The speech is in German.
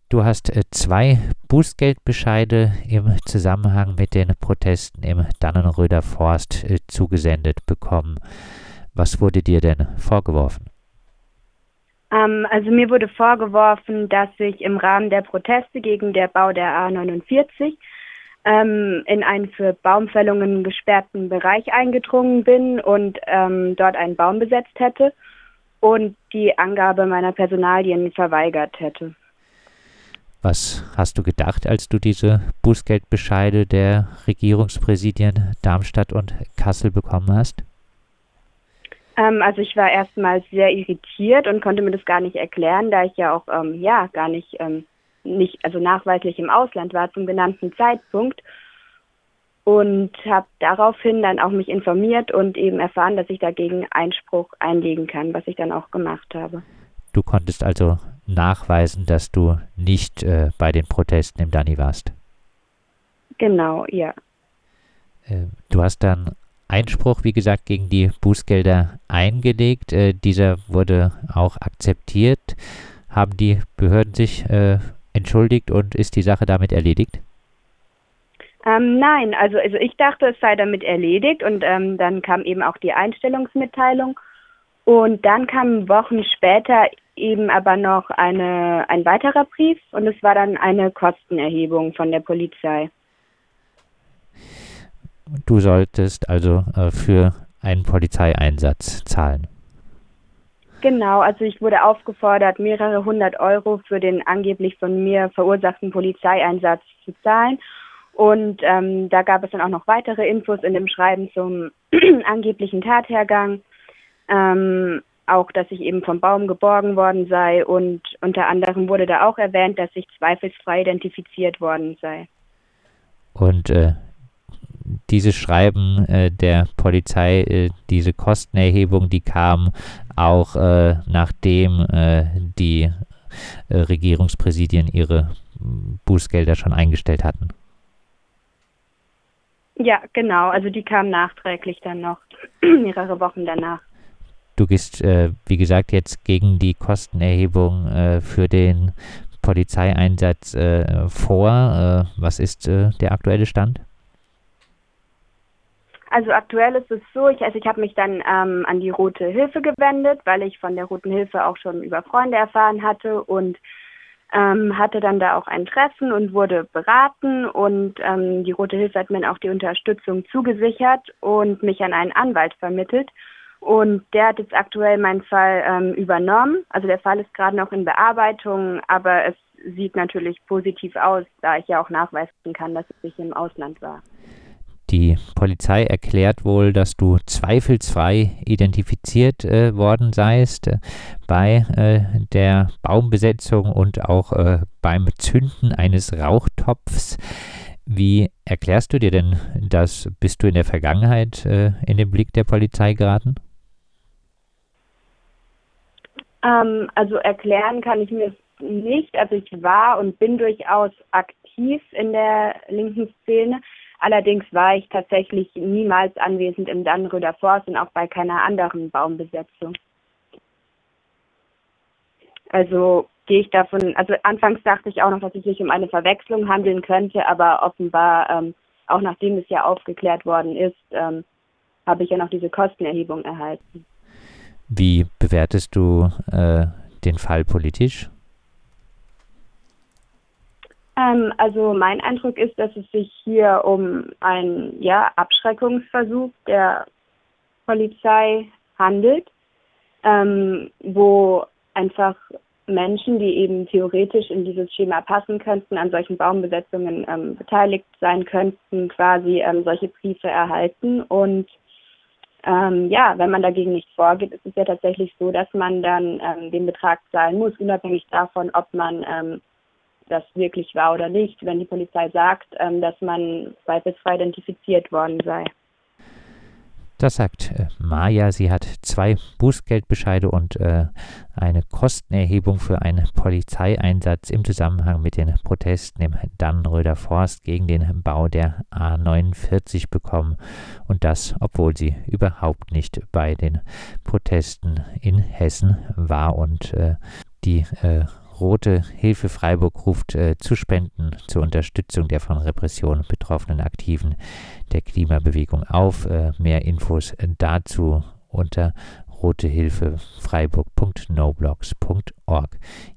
Du hast zwei Bußgeldbescheide im Zusammenhang mit den Protesten im Dannenröder Forst zugesendet bekommen. Was wurde dir denn vorgeworfen? Also mir wurde vorgeworfen, dass ich im Rahmen der Proteste gegen den Bau der A49 in einen für Baumfällungen gesperrten Bereich eingedrungen bin und dort einen Baum besetzt hätte und die Angabe meiner Personalien verweigert hätte. Was hast du gedacht, als du diese Bußgeldbescheide der Regierungspräsidien Darmstadt und Kassel bekommen hast? Also ich war erstmals sehr irritiert und konnte mir das gar nicht erklären, da ich ja auch gar nicht, also nachweislich im Ausland war zum genannten Zeitpunkt und habe daraufhin dann auch mich informiert und eben erfahren, dass ich dagegen Einspruch einlegen kann, was ich dann auch gemacht habe. Du konntest also nachweisen, dass du nicht bei den Protesten im Danny warst. Genau, ja. Du hast dann Einspruch, wie gesagt, gegen die Bußgelder eingelegt. Dieser wurde auch akzeptiert. Haben die Behörden sich entschuldigt und ist die Sache damit erledigt? Nein, also ich dachte, es sei damit erledigt und dann kam eben auch die Einstellungsmitteilung und dann kam Wochen später eben aber noch ein weiterer Brief und es war dann eine Kostenerhebung von der Polizei. Du solltest also für einen Polizeieinsatz zahlen. Genau, also ich wurde aufgefordert, mehrere 100 € für den angeblich von mir verursachten Polizeieinsatz zu zahlen. Und da gab es dann auch noch weitere Infos in dem Schreiben zum angeblichen Tathergang. Auch, dass ich eben vom Baum geborgen worden sei. Und unter anderem wurde da auch erwähnt, dass ich zweifelsfrei identifiziert worden sei. Und dieses Schreiben der Polizei, diese Kostenerhebung, die kam auch nachdem die Regierungspräsidien ihre Bußgelder schon eingestellt hatten. Ja, genau. Also die kam nachträglich dann noch, mehrere Wochen danach. Du gehst, wie gesagt, jetzt gegen die Kostenerhebung für den Polizeieinsatz vor. Was ist der aktuelle Stand? Also aktuell ist es so, ich habe mich dann an die Rote Hilfe gewendet, weil ich von der Roten Hilfe auch schon über Freunde erfahren hatte und hatte dann da auch ein Treffen und wurde beraten und die Rote Hilfe hat mir auch die Unterstützung zugesichert und mich an einen Anwalt vermittelt und der hat jetzt aktuell meinen Fall übernommen. Also der Fall ist gerade noch in Bearbeitung, aber es sieht natürlich positiv aus, da ich ja auch nachweisen kann, dass ich im Ausland war. Die Polizei erklärt wohl, dass du zweifelsfrei identifiziert worden seist bei der Baumbesetzung und auch beim Zünden eines Rauchtopfs. Wie erklärst du dir denn das? Bist du in der Vergangenheit in den Blick der Polizei geraten? Also erklären kann ich mir nicht. Also ich war und bin durchaus aktiv in der linken Szene. Allerdings war ich tatsächlich niemals anwesend im Dannenröder Forst und auch bei keiner anderen Baumbesetzung. Also gehe ich davon, also anfangs dachte ich auch noch, dass es sich um eine Verwechslung handeln könnte, aber offenbar, auch nachdem es ja aufgeklärt worden ist, habe ich ja noch diese Kostenerhebung erhalten. Wie bewertest du den Fall politisch? Also mein Eindruck ist, dass es sich hier um einen Abschreckungsversuch der Polizei handelt, wo einfach Menschen, die eben theoretisch in dieses Schema passen könnten, an solchen Baumbesetzungen beteiligt sein könnten, quasi solche Briefe erhalten. Und wenn man dagegen nicht vorgeht, ist es ja tatsächlich so, dass man dann den Betrag zahlen muss, unabhängig davon, ob man das wirklich war oder nicht, wenn die Polizei sagt, dass man zweifelsfrei identifiziert worden sei. Das sagt Maja. Sie hat 2 Bußgeldbescheide und eine Kostenerhebung für einen Polizeieinsatz im Zusammenhang mit den Protesten im Dannenröder Forst gegen den Bau der A49 bekommen. Und das, obwohl sie überhaupt nicht bei den Protesten in Hessen war und die Rote Hilfe Freiburg ruft zu Spenden zur Unterstützung der von Repressionen betroffenen Aktiven der Klimabewegung auf. Mehr Infos dazu unter rotehilfefreiburg.noblogs.org.